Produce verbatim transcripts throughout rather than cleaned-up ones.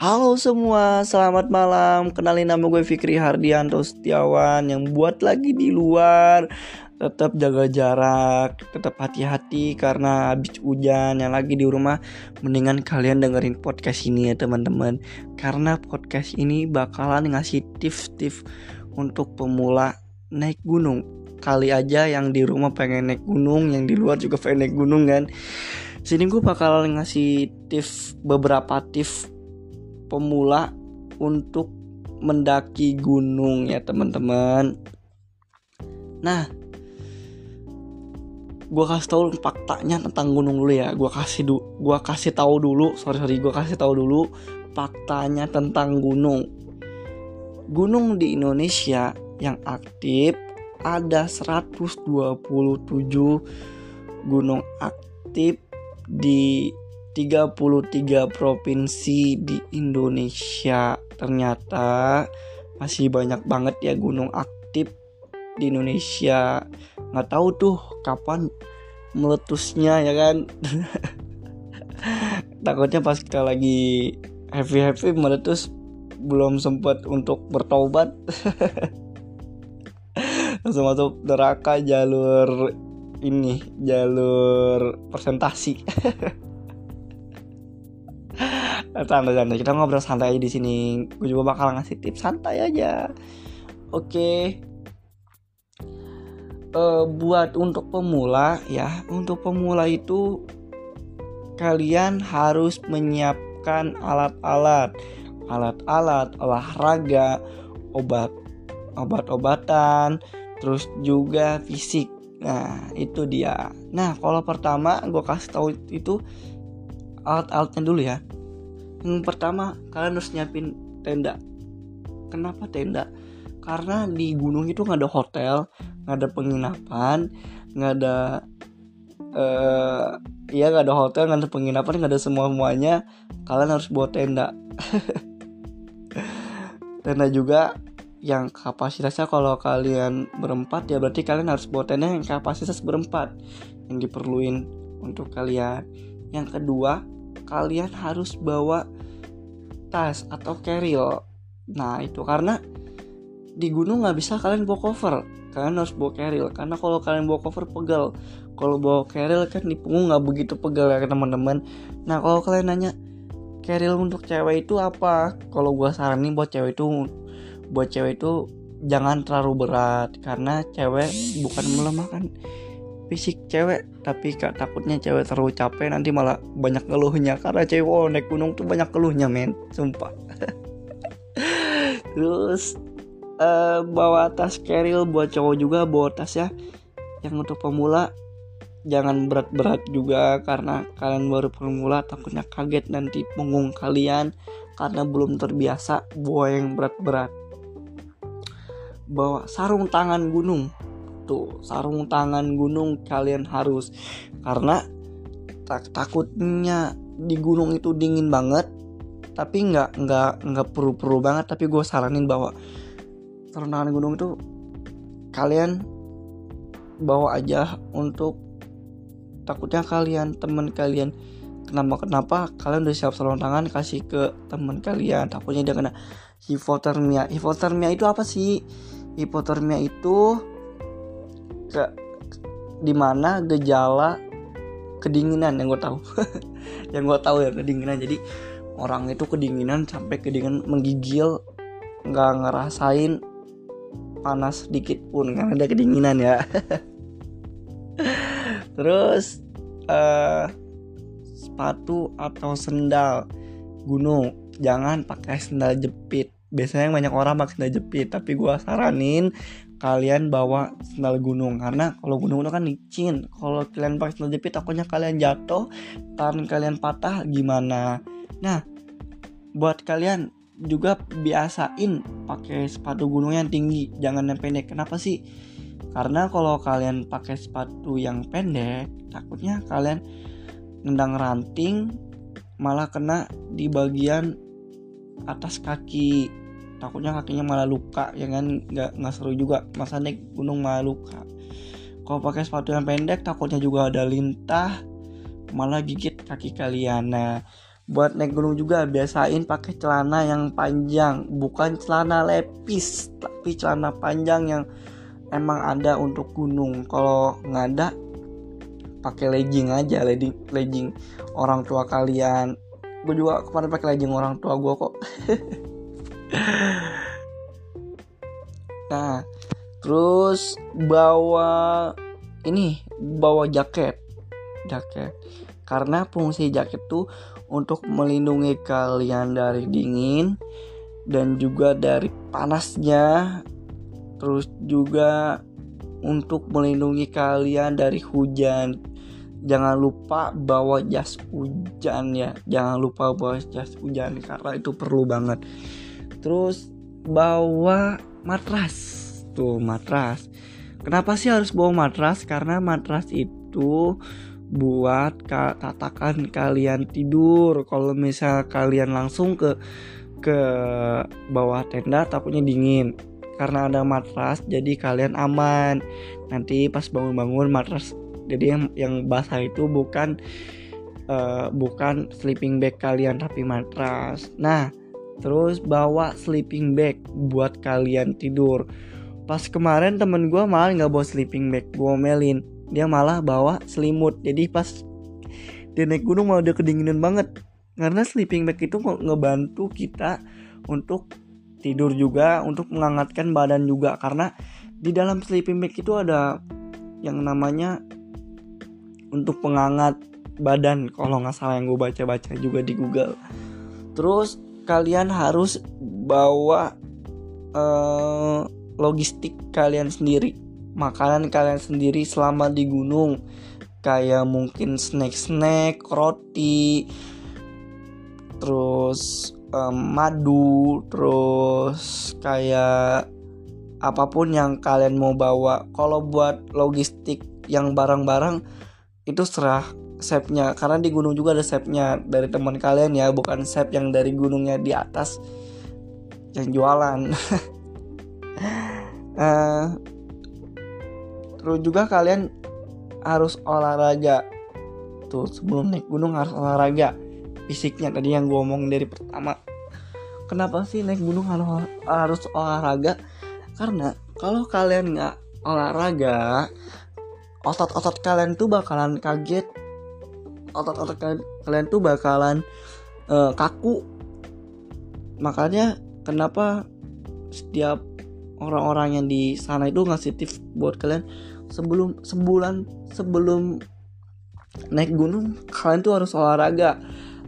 Halo semua, selamat malam. Kenalin, nama gue Fikri Hardianto Setiawan. Yang buat lagi di luar, tetap jaga jarak, tetap hati-hati karena habis hujan. Yang lagi di rumah, mendingan kalian dengerin podcast ini ya teman-teman. Karena podcast ini bakalan ngasih tips-tips untuk pemula naik gunung. Kali aja yang di rumah pengen naik gunung, yang di luar juga pengen naik gunung kan. Sini gue bakalan ngasih tips, beberapa tips pemula untuk mendaki gunung ya teman-teman. Nah, gue kasih tahu faktanya tentang gunung dulu ya. Gue kasih du, gue kasih tahu dulu, sorry sorry, gue kasih tahu dulu faktanya tentang gunung. Gunung di Indonesia yang aktif ada seratus dua puluh tujuh gunung aktif di tiga puluh tiga provinsi di Indonesia. Ternyata masih banyak banget ya gunung aktif di Indonesia. Nggak tahu tuh kapan meletusnya ya kan. Takutnya pas kita lagi happy-happy meletus, belum sempat untuk bertobat. Langsung masuk neraka, jalur ini, jalur presentasi. Santai-santai, kita ngobrol santai aja di sini. Gue juga bakal ngasih tips santai aja. Oke. Uh, buat untuk pemula ya, untuk pemula itu kalian harus menyiapkan alat-alat, alat-alat olahraga, obat, obat-obatan, terus juga fisik. Nah, itu dia. Nah, kalau pertama gue kasih tahu itu alat-alatnya dulu ya. Yang pertama, kalian harus nyiapin tenda. Kenapa tenda? Karena di gunung itu gak ada hotel, gak ada penginapan, gak ada uh, Iya gak ada hotel, gak ada penginapan, gak ada semua-muanya. Kalian harus bawa tenda. Tenda juga yang kapasitasnya, kalau kalian berempat ya berarti kalian harus bawa tenda yang kapasitas berempat, yang diperluin untuk kalian. Yang kedua, kalian harus bawa tas atau carrier. Nah itu karena di gunung gak bisa kalian bawa cover, kalian harus bawa carrier. Karena kalau kalian bawa cover pegel, kalau bawa carrier kan di punggung gak begitu pegel ya teman-teman. Nah kalau kalian nanya carrier untuk cewek itu apa, kalau gue saranin buat cewek itu buat cewek itu jangan terlalu berat, karena cewek bukan melemahkan fisik cewek, tapi kak takutnya cewek terlalu capek nanti malah banyak keluhnya. Karena cewek oh, naik gunung tuh banyak keluhnya men, sumpah. Terus uh, bawa tas carrier buat cowok juga, bawa tas ya yang untuk pemula. Jangan berat-berat juga, karena kalian baru pemula, takutnya kaget nanti punggung kalian karena belum terbiasa bawa yang berat-berat. Bawa sarung tangan gunung. Tuh, sarung tangan gunung kalian harus, karena tak, takutnya di gunung itu dingin banget, tapi nggak nggak nggak perlu-perlu banget. Tapi gue saranin bawa sarung tangan gunung itu kalian bawa aja, untuk takutnya kalian teman kalian kenapa-kenapa, kalian udah siap sarung tangan, kasih ke teman kalian, takutnya dia kena hipotermia. Hipotermia itu apa sih? Hipotermia itu ke dimana gejala kedinginan yang gue tahu. Yang gue tahu ya kedinginan. Jadi orang itu kedinginan sampai kedinginan menggigil, nggak ngerasain panas sedikit pun karena ada kedinginan ya. Terus uh, sepatu atau sendal gunung, jangan pakai sendal jepit. Biasanya banyak orang pakai sendal jepit, tapi gue saranin kalian bawa sendal gunung, karena kalau gunung itu kan licin. Kalau kalian pakai sendal jepit takutnya kalian jatuh, tangan kalian patah gimana. Nah, buat kalian juga biasain pakai sepatu gunung yang tinggi, jangan yang pendek. Kenapa sih? Karena kalau kalian pakai sepatu yang pendek, takutnya kalian nendang ranting malah kena di bagian atas kaki, takutnya kakinya malah luka ya kan. Nggak nggak seru juga masa naik gunung malah luka. Kalau pakai sepatu yang pendek takutnya juga ada lintah, malah gigit kaki kalian. Nah buat naik gunung juga biasain pakai celana yang panjang, bukan celana lepis, tapi celana panjang yang emang ada untuk gunung. Kalau nggak ada, pakai legging aja, legging legging orang tua kalian. Gue juga kemarin pakai legging orang tua gue kok. Nah, terus bawa ini, bawa jaket, jaket. Karena fungsi jaket tuh untuk melindungi kalian dari dingin dan juga dari panasnya. Terus juga untuk melindungi kalian dari hujan. Jangan lupa bawa jas hujan ya. Jangan lupa bawa jas hujan karena itu perlu banget. Terus bawa matras. Tuh, matras. Kenapa sih harus bawa matras? Karena matras itu buat tatakan kalian tidur. Kalau misal kalian langsung ke ke bawah tenda takutnya dingin. Karena ada matras jadi kalian aman. Nanti pas bangun-bangun matras, jadi yang yang basah itu bukan uh, bukan sleeping bag kalian tapi matras. Nah, terus bawa sleeping bag buat kalian tidur. Pas kemarin temen gue malah nggak bawa sleeping bag, gue omelin. Dia malah bawa selimut. Jadi pas dia naik gunung malah udah kedinginan banget. Karena sleeping bag itu ngebantu kita untuk tidur juga, untuk menghangatkan badan juga. Karena di dalam sleeping bag itu ada yang namanya untuk penghangat badan, kalau nggak salah yang gue baca-baca juga di Google. Terus kalian harus bawa uh, logistik kalian sendiri, makanan kalian sendiri selama di gunung, kayak mungkin snack-snack, roti, terus um, madu, terus kayak apapun yang kalian mau bawa. Kalau buat logistik yang barang-barang itu serah chefnya, karena di gunung juga ada chefnya dari teman kalian ya, bukan chef yang dari gunungnya di atas yang jualan. uh, terus juga kalian harus olahraga tuh sebelum naik gunung, harus olahraga fisiknya. Tadi yang gue omong dari pertama, kenapa sih naik gunung harus harus olahraga? Karena kalau kalian nggak olahraga, otot-otot kalian tuh bakalan kaget, otot-otot kalian, kalian tuh bakalan uh, kaku. Makanya kenapa setiap orang-orang yang di sana itu ngasih tips buat kalian sebelum sebulan sebelum naik gunung, kalian tuh harus olahraga,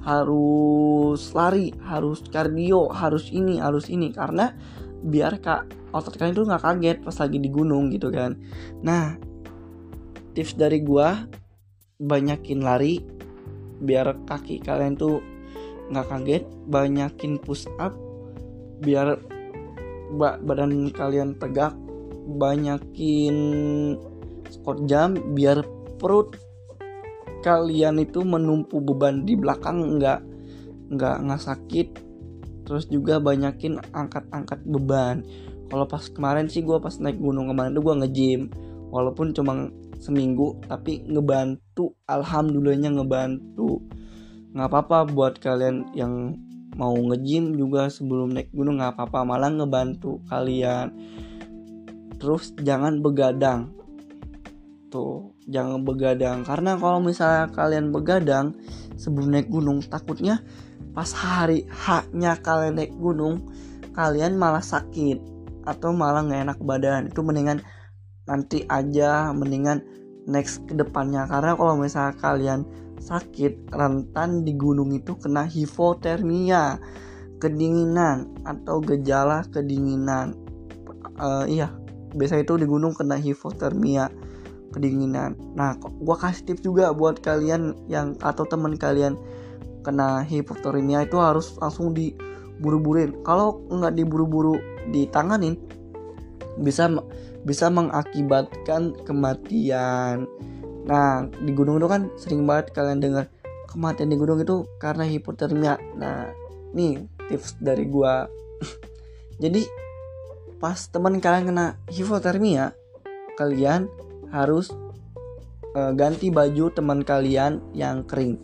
harus lari, harus kardio, harus ini, harus ini, karena biar kak otot kalian tuh nggak kaget pas lagi di gunung gitu kan. Nah, tips dari gua, banyakin lari biar kaki kalian tuh nggak kaget, banyakin push up biar ba- badan kalian tegak, banyakin squat jump biar perut kalian itu menumpu beban di belakang nggak nggak nggak sakit. Terus juga banyakin angkat-angkat beban. Kalau pas kemarin sih gue pas naik gunung kemarin tuh gue nge-gym, walaupun cuma seminggu tapi ngebantu, alhamdulillahnya ngebantu. Nggak apa-apa buat kalian yang mau nge-gym juga sebelum naik gunung, nggak apa-apa, malah ngebantu kalian. Terus jangan begadang tuh, jangan begadang, karena kalau misalnya kalian begadang sebelum naik gunung, takutnya pas hari H-nya kalian naik gunung kalian malah sakit atau malah nggak enak badan. Itu mendingan nanti aja, mendingan next ke depannya. Karena kalau misalnya kalian sakit, rentan di gunung itu kena hipotermia, kedinginan atau gejala kedinginan. Uh, iya, biasa itu di gunung kena hipotermia, kedinginan. Nah, gue kasih tips juga buat kalian yang atau teman kalian kena hipotermia, itu harus langsung diburu-buruin. Kalau nggak diburu-buru ditanganin, bisa bisa mengakibatkan kematian. Nah, di gunung itu kan sering banget kalian dengar kematian di gunung itu karena hipotermia. Nah, nih tips dari gue. Jadi pas teman kalian kena hipotermia, kalian harus uh, ganti baju teman kalian yang kering.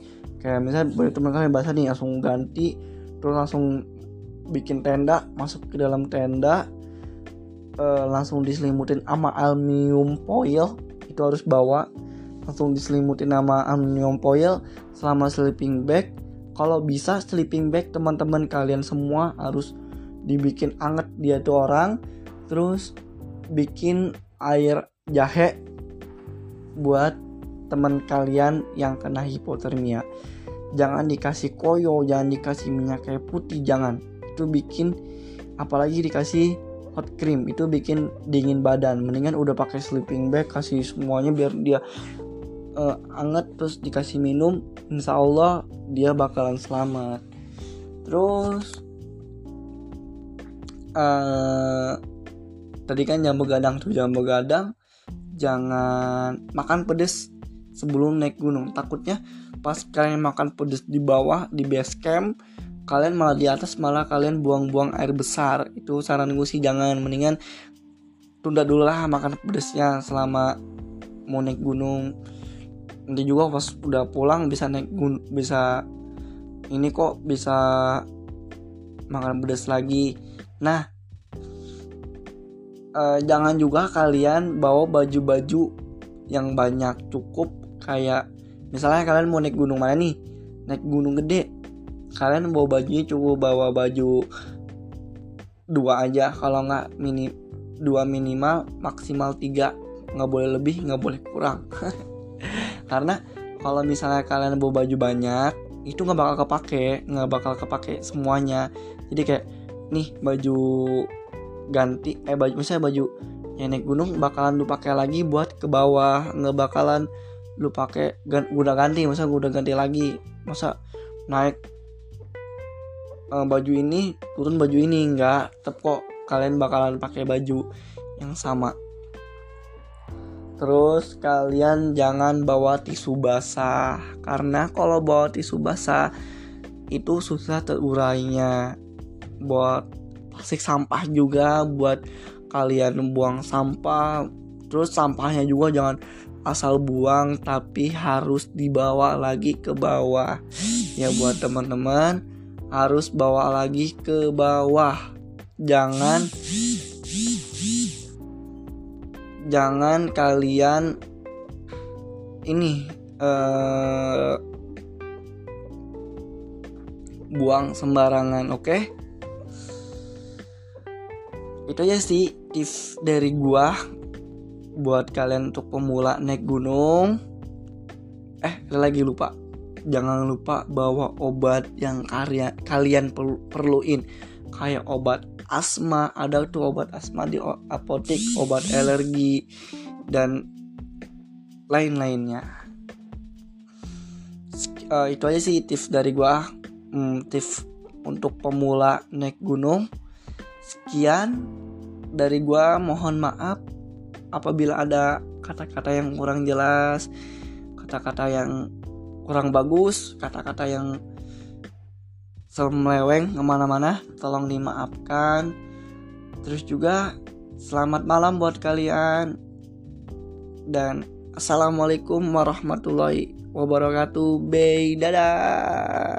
Kayak misalnya boleh teman kalian basah nih, langsung ganti, terus langsung bikin tenda, masuk ke dalam tenda, uh, langsung diselimutin sama aluminium foil. Itu harus bawa, langsung diselimutin sama aluminium foil selama sleeping bag. Kalau bisa sleeping bag teman-teman kalian semua harus dibikin anget dia tuh orang. Terus bikin air jahe buat teman kalian yang kena hipotermia. Jangan dikasih koyo, jangan dikasih minyak kayu putih, jangan. Itu bikin, apalagi dikasih hot cream, itu bikin dingin badan. Mendingan udah pakai sleeping bag, kasih semuanya biar dia uh, anget, terus dikasih minum. Insya Allah dia bakalan selamat. Terus uh, tadi kan jangan begadang tuh, jangan begadang, jangan makan pedes sebelum naik gunung. Takutnya pas kalian makan pedes di bawah di base camp, kalian malah di atas malah kalian buang-buang air besar. Itu saran gue sih jangan, mendingan tunda dulu lah makan pedesnya selama mau naik gunung. Nanti juga pas udah pulang bisa naik gun- bisa ini kok bisa makan pedes lagi. Nah, eh, jangan juga kalian bawa baju-baju yang banyak. Cukup kayak misalnya kalian mau naik gunung mana nih, naik gunung gede, kalian bawa bajunya cukup bawa baju dua aja, kalau nggak mini dua minimal, maksimal tiga, nggak boleh lebih, nggak boleh kurang. Karena kalau misalnya kalian bawa baju banyak, itu nggak bakal kepake, nggak bakal kepake semuanya. Jadi kayak nih baju ganti, eh baju misalnya baju yang naik gunung bakalan lu pakai lagi buat ke bawah, nggak bakalan lu pakai udah ganti, masa gue udah ganti lagi, masa naik uh, baju ini turun baju ini, enggak, tetep kok kalian bakalan pakai baju yang sama. Terus kalian jangan bawa tisu basah, karena kalau bawa tisu basah itu susah terurainya. Buat plastik sampah juga, buat kalian buang sampah. Terus sampahnya juga jangan asal buang, tapi harus dibawa lagi ke bawah. Ya buat teman-teman harus bawa lagi ke bawah. Jangan Jangan kalian ini uh, buang sembarangan, oke? Okay? Itu aja sih tips dari gua buat kalian untuk pemula naik gunung. Eh, lagi lupa. Jangan lupa bawa obat yang karya, kalian perlu, perluin. Kayak obat asma, ada tuh obat asma di apotek, obat alergi dan lain-lainnya. Uh, itu aja sih tips dari gua. Hmm, tips untuk pemula naik gunung. Sekian dari gua, mohon maaf apabila ada kata-kata yang kurang jelas, kata-kata yang kurang bagus, kata-kata yang seleweng kemana-mana, tolong dimaafkan. Terus juga selamat malam buat kalian, dan assalamualaikum warahmatullahi wabarakatuh. Bye, dadah.